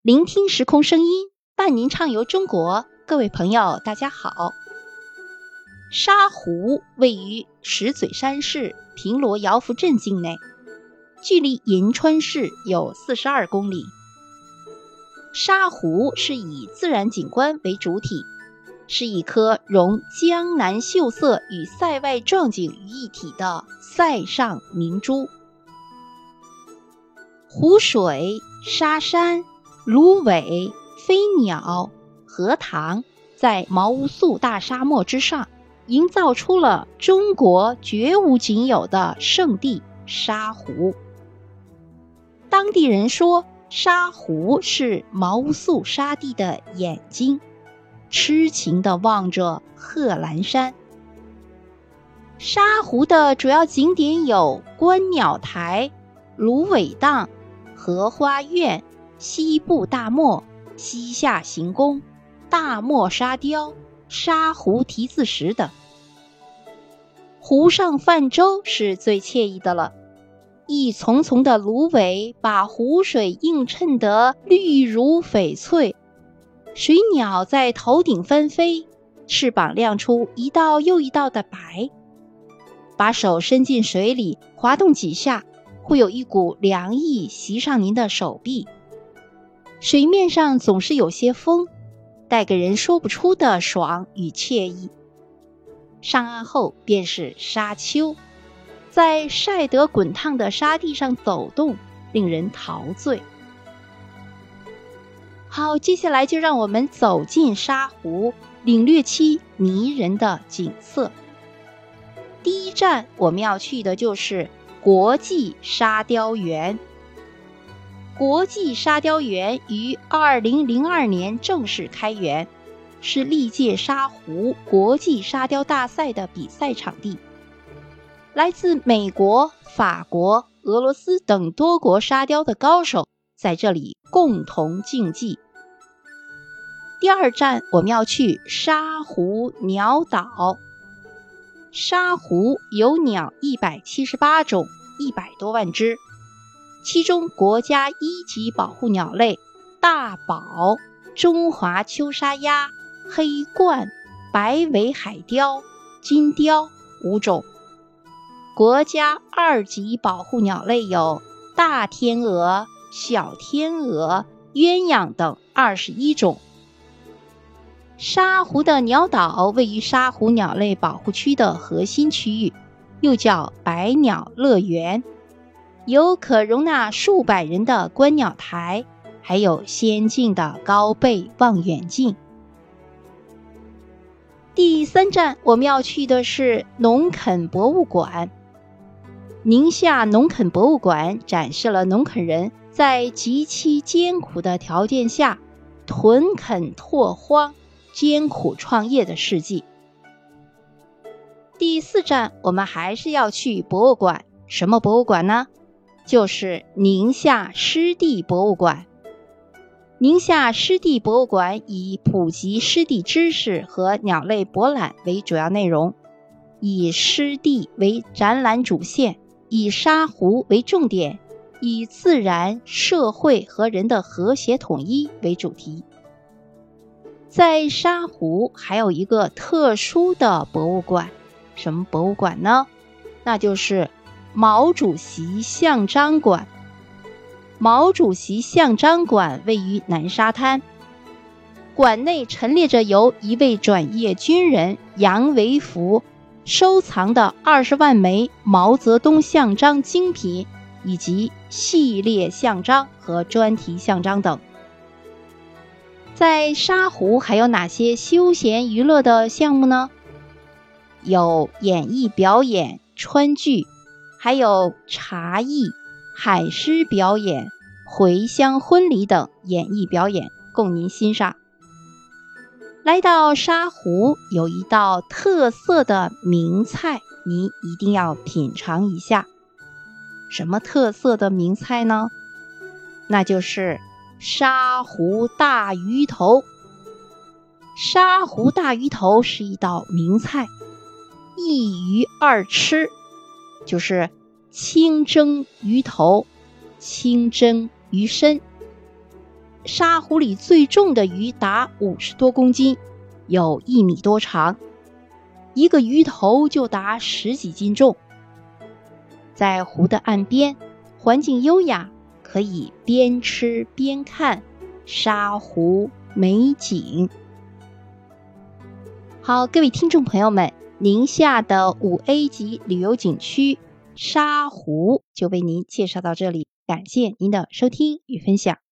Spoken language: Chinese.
聆听时空声音，伴您畅游中国。各位朋友大家好。沙湖位于石嘴山市平罗瑶福镇境内，距离银川市有42公里。沙湖是以自然景观为主体，是一颗融江南秀色与塞外壮景于一体的塞上明珠。湖水、沙山、芦苇、飞鸟、荷塘在毛乌素大沙漠之上，营造出了中国绝无仅有的圣地沙湖。当地人说，沙湖是毛乌素沙地的眼睛，痴情地望着贺兰山。沙湖的主要景点有观鸟台、芦苇荡、荷花苑、西部大漠、西夏行宫、大漠沙雕、沙湖题字石等。湖上泛舟是最惬意的了，一丛丛的芦苇把湖水映衬得绿如翡翠，水鸟在头顶翻飞，翅膀亮出一道又一道的白。把手伸进水里滑动几下，会有一股凉意袭上您的手臂。水面上总是有些风，带给人说不出的爽与惬意。上岸后便是沙丘，在晒得滚烫的沙地上走动，令人陶醉。好，接下来就让我们走进沙湖，领略其迷人的景色。第一站我们要去的就是国际沙雕园。国际沙雕园于2002年正式开园，是历届沙湖国际沙雕大赛的比赛场地。来自美国、法国、俄罗斯等多国沙雕的高手在这里共同竞技。第二站我们要去沙湖鸟岛。沙湖有鸟178种，100多万只，其中国家1级保护鸟类大宝、中华秋沙鸭、黑冠、白尾海雕、金雕5种，国家2级保护鸟类有大天鹅、小天鹅、鸳鸯等21种。沙湖的鸟岛位于沙湖鸟类保护区的核心区域，又叫百鸟乐园，有可容纳数百人的观鸟台，还有先进的高倍望远镜。第三站我们要去的是农垦博物馆。宁夏农垦博物馆展示了农垦人在极其艰苦的条件下屯垦拓荒、艰苦创业的事迹。第四站我们还是要去博物馆。什么博物馆呢？就是宁夏湿地博物馆。宁夏湿地博物馆以普及湿地知识和鸟类博览为主要内容，以湿地为展览主线，以沙湖为重点，以自然、社会和人的和谐统一为主题。在沙湖还有一个特殊的博物馆。什么博物馆呢？那就是毛主席像章馆。毛主席像章馆位于南沙滩，馆内陈列着由一位转业军人杨维福收藏的20万枚毛泽东像章精品，以及系列像章和专题像章等。在沙湖还有哪些休闲娱乐的项目呢？有演艺表演、川剧，还有茶艺、海狮表演、回乡婚礼等演艺表演供您欣赏。来到沙湖，有一道特色的名菜，您一定要品尝一下。什么特色的名菜呢？那就是沙湖大鱼头。沙湖大鱼头是一道名菜，一鱼二吃，就是清蒸鱼头、清蒸鱼身。 沙湖里最重的鱼达50多公斤，有1米多长，一个鱼头就达10几斤重。在湖的岸边，环境优雅，可以边吃边看沙湖美景。好，各位听众朋友们，宁夏的5A 级旅游景区沙湖就为您介绍到这里，感谢您的收听与分享。